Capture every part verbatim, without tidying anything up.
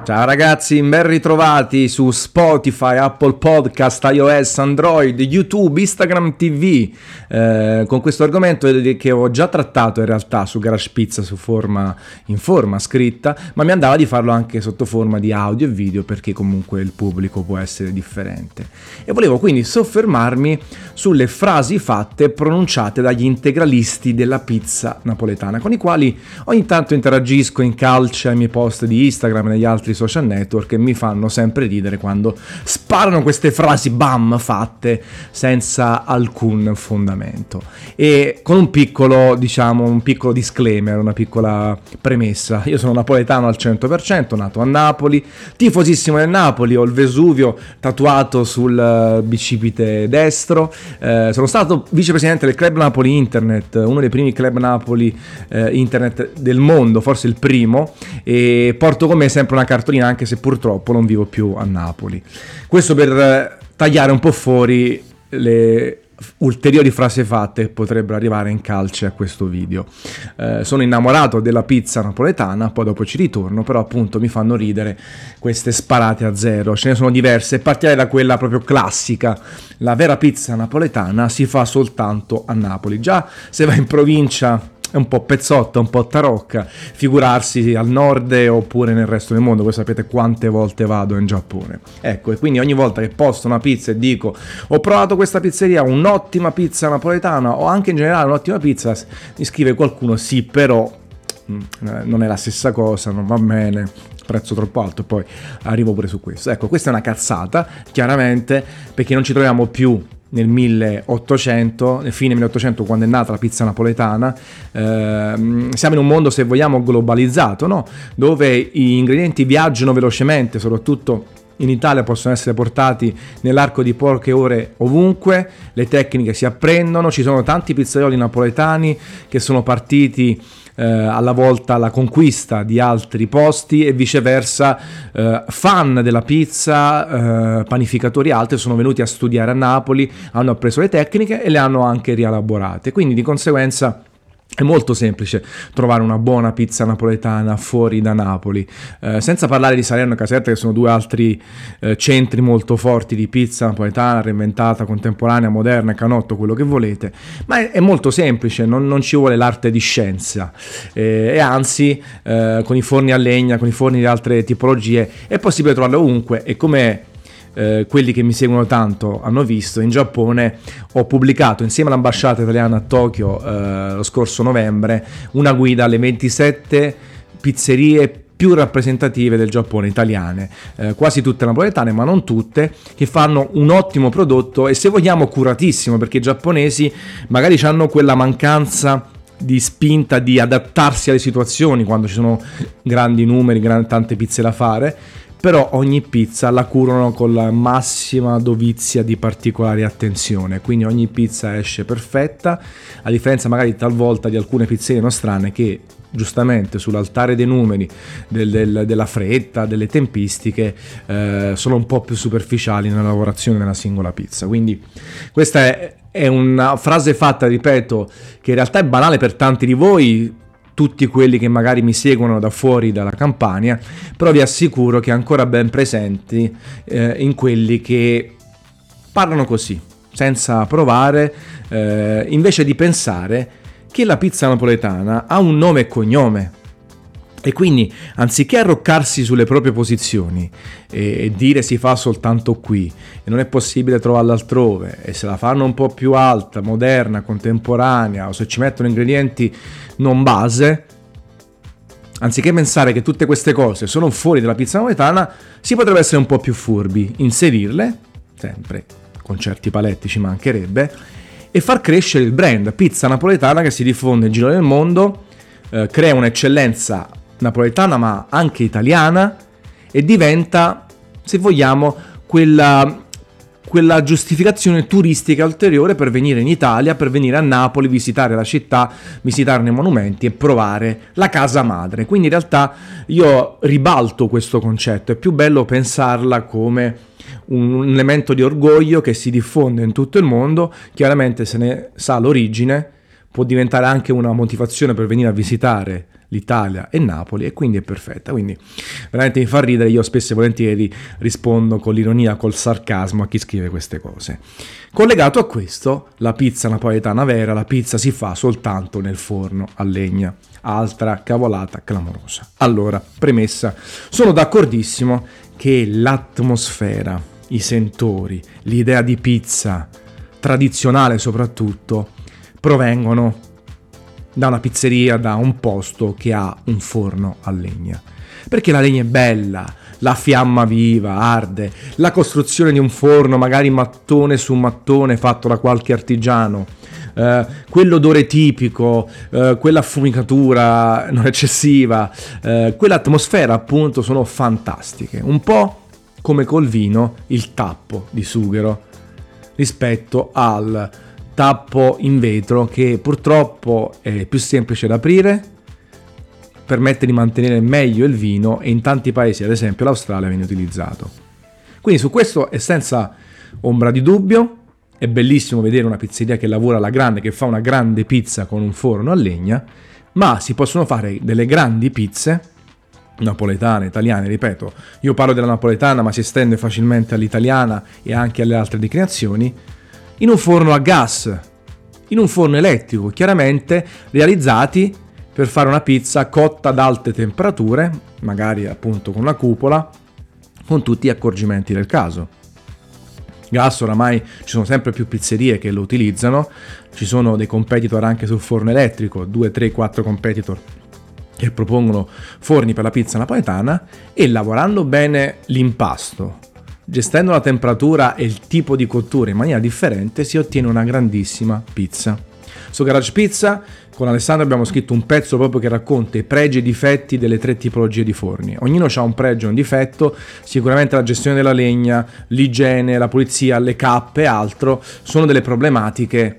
Ciao ragazzi, ben ritrovati su Spotify, Apple Podcast, iOS, Android, YouTube, Instagram T V eh, con questo argomento che ho già trattato in realtà su Garage Pizza su forma, in forma scritta, ma mi andava di farlo anche sotto forma di audio e video perché comunque il pubblico può essere differente. E volevo quindi soffermarmi sulle frasi fatte e pronunciate dagli integralisti della pizza napoletana, con i quali ogni tanto interagisco in calce ai miei post di Instagram e negli altri social network, e mi fanno sempre ridere quando sparano queste frasi bam fatte senza alcun fondamento, e con un piccolo diciamo un piccolo disclaimer, una piccola premessa. Io sono napoletano al cento per cento, nato a Napoli, tifosissimo del Napoli, ho il Vesuvio tatuato sul bicipite destro, eh, sono stato vicepresidente del Club Napoli Internet, uno dei primi club Napoli eh, Internet del mondo, forse il primo, e porto con me sempre una cartolina anche se purtroppo non vivo più a Napoli. Questo per tagliare un po' fuori le ulteriori frasi fatte che potrebbero arrivare in calce a questo video. Eh, sono innamorato della pizza napoletana, poi dopo ci ritorno, però appunto mi fanno ridere queste sparate a zero. Ce ne sono diverse, partirei da quella proprio classica: la vera pizza napoletana si fa soltanto a Napoli. Già se vai in provincia è un po' pezzotta, un po' tarocca, figurarsi al nord oppure nel resto del mondo. Voi sapete quante volte vado in Giappone. Ecco, e quindi ogni volta che posto una pizza e dico ho provato questa pizzeria, un'ottima pizza napoletana, o anche in generale un'ottima pizza, mi scrive qualcuno sì però non è la stessa cosa, non va bene, prezzo troppo alto. Poi arrivo pure su questo. Ecco, questa è una cazzata, chiaramente, perché non ci troviamo più nel milleottocento, nel fine milleottocento, quando è nata la pizza napoletana. Eh, siamo in un mondo, se vogliamo, globalizzato, no? Dove gli ingredienti viaggiano velocemente, soprattutto in Italia possono essere portati nell'arco di poche ore ovunque, le tecniche si apprendono, ci sono tanti pizzaioli napoletani che sono partiti eh, alla volta alla conquista di altri posti e viceversa, eh, fan della pizza, eh, panificatori e altri sono venuti a studiare a Napoli, hanno appreso le tecniche e le hanno anche rielaborate, quindi di conseguenza è molto semplice trovare una buona pizza napoletana fuori da Napoli, eh, senza parlare di Salerno e Caserta, che sono due altri eh, centri molto forti di pizza napoletana, reinventata, contemporanea, moderna, canotto, quello che volete. Ma è, è molto semplice, non, non ci vuole l'arte di scienza, eh, e anzi eh, con i forni a legna, con i forni di altre tipologie è possibile trovarlo ovunque. E come Eh, quelli che mi seguono tanto hanno visto, in Giappone ho pubblicato insieme all'ambasciata italiana a Tokyo eh, lo scorso novembre una guida alle ventisette pizzerie più rappresentative del Giappone, italiane, eh, quasi tutte napoletane ma non tutte, che fanno un ottimo prodotto e, se vogliamo, curatissimo, perché i giapponesi magari hanno quella mancanza di spinta di adattarsi alle situazioni quando ci sono grandi numeri, gran, tante pizze da fare, però ogni pizza la curano con la massima dovizia di particolare attenzione, quindi ogni pizza esce perfetta, a differenza magari talvolta di alcune pizzerie nostrane che giustamente sull'altare dei numeri, del, del, della fretta, delle tempistiche, eh, sono un po' più superficiali nella lavorazione della singola pizza. Quindi questa è, è una frase fatta, ripeto, che in realtà è banale per tanti di voi, tutti quelli che magari mi seguono da fuori dalla Campania, però vi assicuro che è ancora ben presenti eh, in quelli che parlano così, senza provare, eh, invece di pensare che la pizza napoletana ha un nome e cognome. E quindi, anziché arroccarsi sulle proprie posizioni e, e dire si fa soltanto qui e non è possibile trovarla altrove, e se la fanno un po' più alta, moderna, contemporanea, o se ci mettono ingredienti non base, anziché pensare che tutte queste cose sono fuori dalla pizza napoletana, si potrebbe essere un po' più furbi, inserirle, sempre con certi paletti, ci mancherebbe, e far crescere il brand pizza napoletana che si diffonde in giro del mondo, eh, crea un'eccellenza napoletana ma anche italiana e diventa, se vogliamo, quella, quella giustificazione turistica ulteriore per venire in Italia, per venire a Napoli, visitare la città, visitarne i monumenti e provare la casa madre. Quindi in realtà io ribalto questo concetto, è più bello pensarla come un elemento di orgoglio che si diffonde in tutto il mondo. Chiaramente, se ne sa l'origine, può diventare anche una motivazione per venire a visitare l'Italia e Napoli, e quindi è perfetta. Quindi veramente mi fa ridere, io spesso e volentieri rispondo con l'ironia, col sarcasmo a chi scrive queste cose. Collegato a questo, la pizza napoletana vera, la pizza si fa soltanto nel forno a legna. Altra cavolata clamorosa. Allora, premessa, sono d'accordissimo che l'atmosfera, i sentori, l'idea di pizza tradizionale soprattutto, provengono da una pizzeria, da un posto che ha un forno a legna. Perché la legna è bella, la fiamma viva, arde, la costruzione di un forno, magari mattone su mattone fatto da qualche artigiano, Uh, quell'odore tipico, uh, quell'affumicatura non eccessiva, uh, quell'atmosfera appunto sono fantastiche. Un po' come col vino, il tappo di sughero rispetto al tappo in vetro, che purtroppo è più semplice da aprire, permette di mantenere meglio il vino, e in tanti paesi, ad esempio l'Australia, viene utilizzato. Quindi su questo è senza ombra di dubbio. È bellissimo vedere una pizzeria che lavora alla grande, che fa una grande pizza con un forno a legna, ma si possono fare delle grandi pizze napoletane, italiane, ripeto, io parlo della napoletana ma si estende facilmente all'italiana e anche alle altre declinazioni, in un forno a gas, in un forno elettrico, chiaramente realizzati per fare una pizza cotta ad alte temperature, magari appunto con una cupola, con tutti gli accorgimenti del caso. Gas oramai ci sono sempre più pizzerie che lo utilizzano, ci sono dei competitor anche sul forno elettrico, due, tre, quattro competitor che propongono forni per la pizza napoletana, e lavorando bene l'impasto, gestendo la temperatura e il tipo di cottura in maniera differente, si ottiene una grandissima pizza. Su Garage Pizza con Alessandro abbiamo scritto un pezzo proprio che racconta i pregi e difetti delle tre tipologie di forni. Ognuno ha un pregio e un difetto, sicuramente la gestione della legna, l'igiene, la pulizia, le cappe e altro sono delle problematiche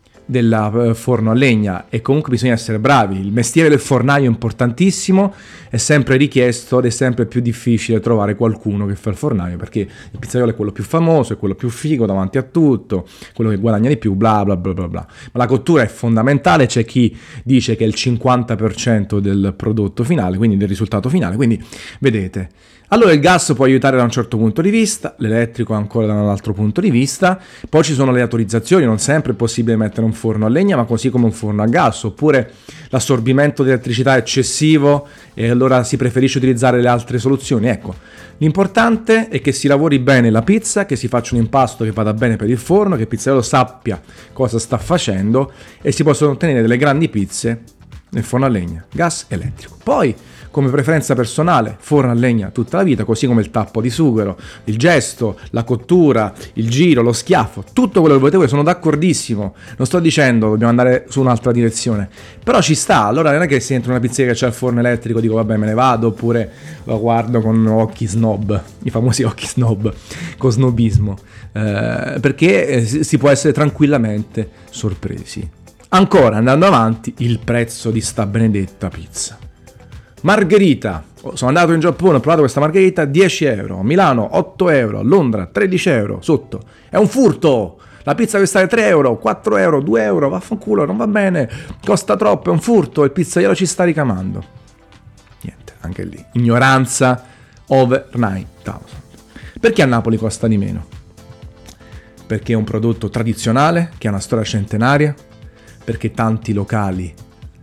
del forno a legna, e comunque bisogna essere bravi. Il mestiere del fornaio è importantissimo, è sempre richiesto ed è sempre più difficile trovare qualcuno che fa il fornaio, perché il pizzaiolo è quello più famoso, è quello più figo davanti a tutto, quello che guadagna di più, bla bla bla bla bla. Ma la cottura è fondamentale, c'è chi dice che è il cinquanta per cento del prodotto finale, quindi del risultato finale, quindi vedete. Allora il gas può aiutare da un certo punto di vista, l'elettrico ancora da un altro punto di vista, poi ci sono le autorizzazioni, non sempre è possibile mettere un forno a legna, ma così come un forno a gas, oppure l'assorbimento di elettricità è eccessivo e allora si preferisce utilizzare le altre soluzioni. Ecco, l'importante è che si lavori bene la pizza, che si faccia un impasto che vada bene per il forno, che il pizzaiolo sappia cosa sta facendo, e si possono ottenere delle grandi pizze nel forno a legna, gas, elettrico. Poi, come preferenza personale, forno a legna tutta la vita, così come il tappo di sughero, il gesto, la cottura, il giro, lo schiaffo, tutto quello che volete voi, sono d'accordissimo. Non sto dicendo dobbiamo andare su un'altra direzione, però ci sta. Allora non è che se entro in una pizzeria che c'è il forno elettrico dico vabbè me ne vado, oppure lo guardo con occhi snob, i famosi occhi snob, con snobismo, eh, perché si può essere tranquillamente sorpresi. Ancora, andando avanti, il prezzo di sta benedetta pizza. Margherita, sono andato in Giappone, ho provato questa margherita, dieci euro, a Milano otto euro, a Londra tredici euro, sotto. È un furto! La pizza deve stare tre euro, quattro euro, due euro, vaffanculo, non va bene, costa troppo, è un furto, il pizzaiolo ci sta ricamando. Niente, anche lì, ignoranza over nine thousand. Perché a Napoli costa di meno? Perché è un prodotto tradizionale, che ha una storia centenaria, perché tanti locali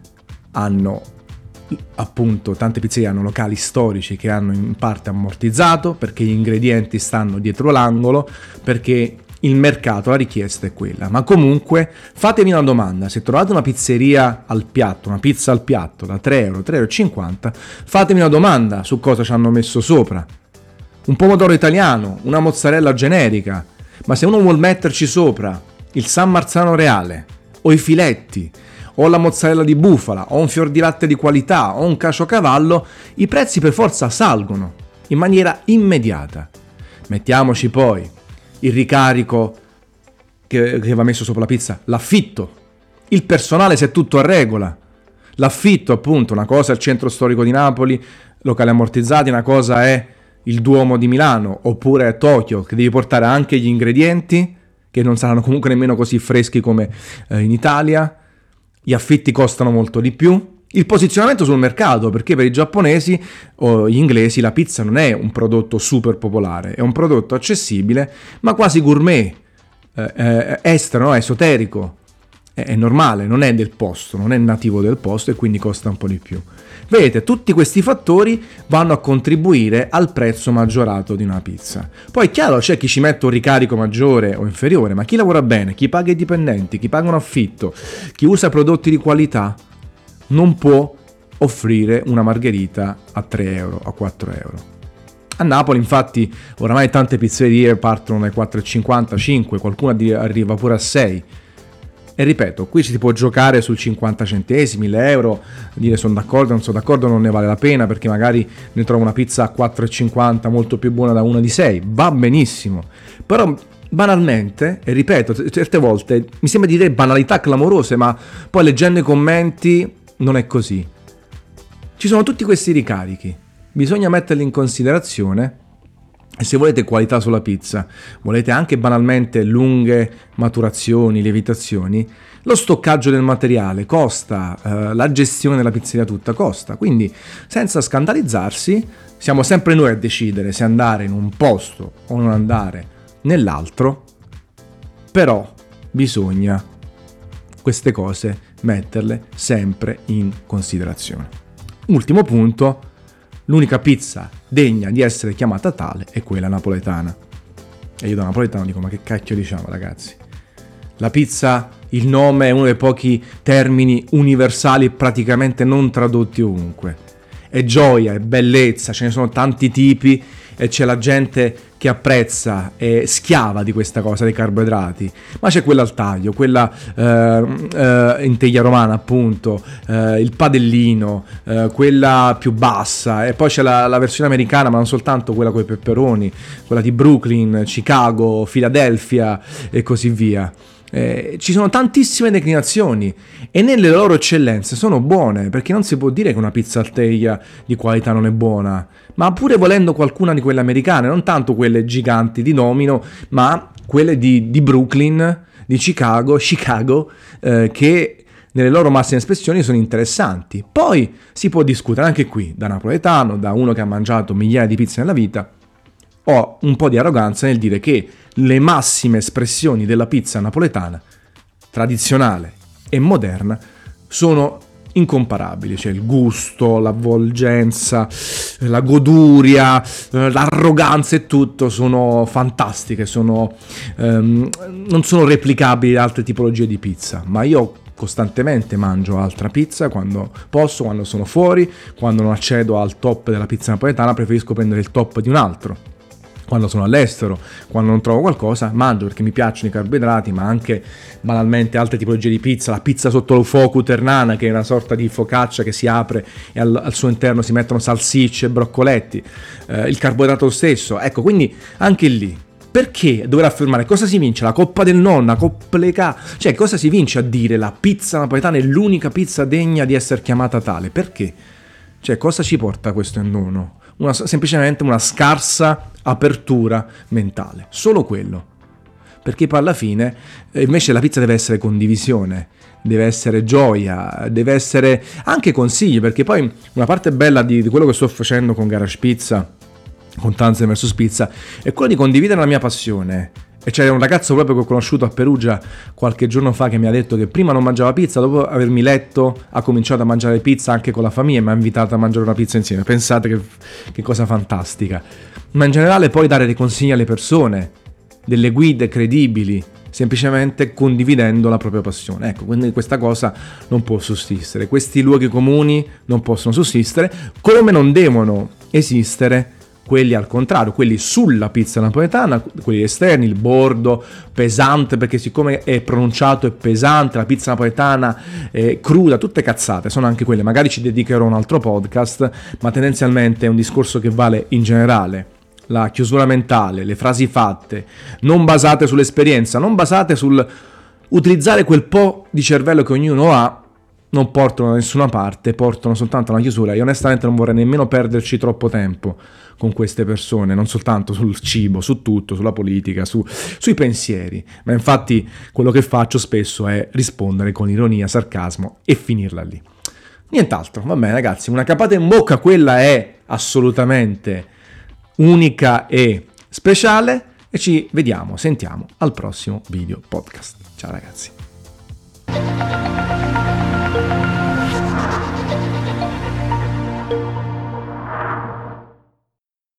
hanno, appunto, tante pizzerie hanno locali storici che hanno in parte ammortizzato, perché gli ingredienti stanno dietro l'angolo, perché il mercato, la richiesta è quella. Ma comunque fatevi una domanda: se trovate una pizzeria al piatto, una pizza al piatto da tre euro, tre euro e cinquanta, fatemi una domanda su cosa ci hanno messo sopra. Un pomodoro italiano, una mozzarella generica, ma se uno vuol metterci sopra il San Marzano Reale, o i filetti, o la mozzarella di bufala, o un fior di latte di qualità, o un caciocavallo, i prezzi per forza salgono in maniera immediata. Mettiamoci poi il ricarico che, che va messo sopra la pizza, l'affitto, il personale se è tutto a regola, l'affitto appunto, una cosa è il centro storico di Napoli, locali ammortizzati, una cosa è il Duomo di Milano, oppure a Tokyo, che devi portare anche gli ingredienti, che non saranno comunque nemmeno così freschi come eh, in Italia. Gli affitti costano molto di più, Il posizionamento sul mercato, perché per i giapponesi o gli inglesi la pizza non è un prodotto super popolare, è un prodotto accessibile ma quasi gourmet, eh, eh, estero, no? Esoterico, è, è normale, non è del posto, non è nativo del posto e quindi costa un po' di più. Vedete, tutti questi fattori vanno a contribuire al prezzo maggiorato di una pizza. Poi è chiaro, c'è chi ci mette un ricarico maggiore o inferiore, ma chi lavora bene, chi paga i dipendenti, chi paga un affitto, chi usa prodotti di qualità, non può offrire una margherita a tre euro, a quattro euro. A Napoli infatti oramai tante pizzerie partono dai quattro e cinquanta, cinque, qualcuna arriva pure a sei. E ripeto, qui ci si può giocare sul cinquanta centesimi, l'euro, dire sono d'accordo, non sono d'accordo, non ne vale la pena perché magari ne trovo una pizza a quattro e cinquanta molto più buona da una di sei, va benissimo. Però banalmente, e ripeto, certe volte mi sembra di dire banalità clamorose, ma poi leggendo i commenti non è così. Ci sono tutti questi ricarichi, bisogna metterli in considerazione e se volete qualità sulla pizza, volete anche banalmente lunghe maturazioni, lievitazioni, lo stoccaggio del materiale costa, eh, la gestione della pizzeria tutta costa, quindi senza scandalizzarsi siamo sempre noi a decidere se andare in un posto o non andare nell'altro, però bisogna queste cose metterle sempre in considerazione. Ultimo punto, l'unica pizza degna di essere chiamata tale è quella napoletana. E io da napoletano dico, ma che cacchio diciamo ragazzi? La pizza, il nome è uno dei pochi termini universali praticamente non tradotti ovunque. È gioia, è bellezza, ce ne sono tanti tipi e c'è la gente che apprezza, è schiava di questa cosa, dei carboidrati, ma c'è quella al taglio, quella eh, eh, in teglia romana appunto, eh, il padellino, eh, quella più bassa e poi c'è la, la versione americana, ma non soltanto quella con i peperoni, quella di Brooklyn, Chicago, Philadelphia e così via. Eh, ci sono tantissime declinazioni e nelle loro eccellenze sono buone, perché non si può dire che una pizza al teglia di qualità non è buona, ma pure volendo qualcuna di quelle americane, non tanto quelle giganti di Domino, ma quelle di, di Brooklyn, di Chicago, Chicago eh, che nelle loro massime espressioni sono interessanti. Poi si può discutere anche qui, da napoletano, da uno che ha mangiato migliaia di pizze nella vita, ho un po' di arroganza nel dire che le massime espressioni della pizza napoletana, tradizionale e moderna, sono incomparabili, cioè il gusto, l'avvolgenza, la goduria, l'arroganza e tutto sono fantastiche, sono, ehm, non sono replicabili da altre tipologie di pizza, ma io costantemente mangio altra pizza quando posso, quando sono fuori, quando non accedo al top della pizza napoletana preferisco prendere il top di un altro. Quando sono all'estero, quando non trovo qualcosa, mangio perché mi piacciono i carboidrati, ma anche banalmente altre tipologie di pizza, la pizza sotto lo fuoco ternana, che è una sorta di focaccia che si apre e al, al suo interno si mettono salsicce e broccoletti, eh, il carboidrato stesso, ecco, quindi anche lì, perché dover affermare cosa si vince? La coppa del nonna, coppa, cioè cosa si vince a dire la pizza napoletana è l'unica pizza degna di essere chiamata tale? Perché? Cioè cosa ci porta questo in dono? Una, semplicemente una scarsa apertura mentale, solo quello, perché poi alla fine invece la pizza deve essere condivisione, deve essere gioia, deve essere anche consigli, perché poi una parte bella di, di quello che sto facendo con Garage Pizza, con Tanzen versus Pizza, è quello di condividere la mia passione. E c'era un ragazzo proprio che ho conosciuto a Perugia qualche giorno fa che mi ha detto che prima non mangiava pizza, dopo avermi letto ha cominciato a mangiare pizza anche con la famiglia e mi ha invitato a mangiare una pizza insieme. Pensate che, che cosa fantastica. Ma in generale poi dare dei consigli alle persone, delle guide credibili, semplicemente condividendo la propria passione. Ecco, quindi questa cosa non può sussistere. Questi luoghi comuni non possono sussistere, come non devono esistere quelli al contrario, quelli sulla pizza napoletana, quelli esterni, il bordo pesante, perché siccome è pronunciato è pesante, la pizza napoletana è cruda, tutte cazzate, sono anche quelle, magari ci dedicherò un altro podcast, ma tendenzialmente è un discorso che vale in generale. La chiusura mentale, le frasi fatte, non basate sull'esperienza, non basate sul utilizzare quel po' di cervello che ognuno ha, non portano da nessuna parte, portano soltanto a una chiusura. Io onestamente non vorrei nemmeno perderci troppo tempo con queste persone, non soltanto sul cibo, su tutto, sulla politica, su, sui pensieri, ma infatti quello che faccio spesso è rispondere con ironia, sarcasmo e finirla lì. Nient'altro, va bene ragazzi, una capata in bocca, quella è assolutamente unica e speciale, e ci vediamo, sentiamo al prossimo video podcast. Ciao ragazzi.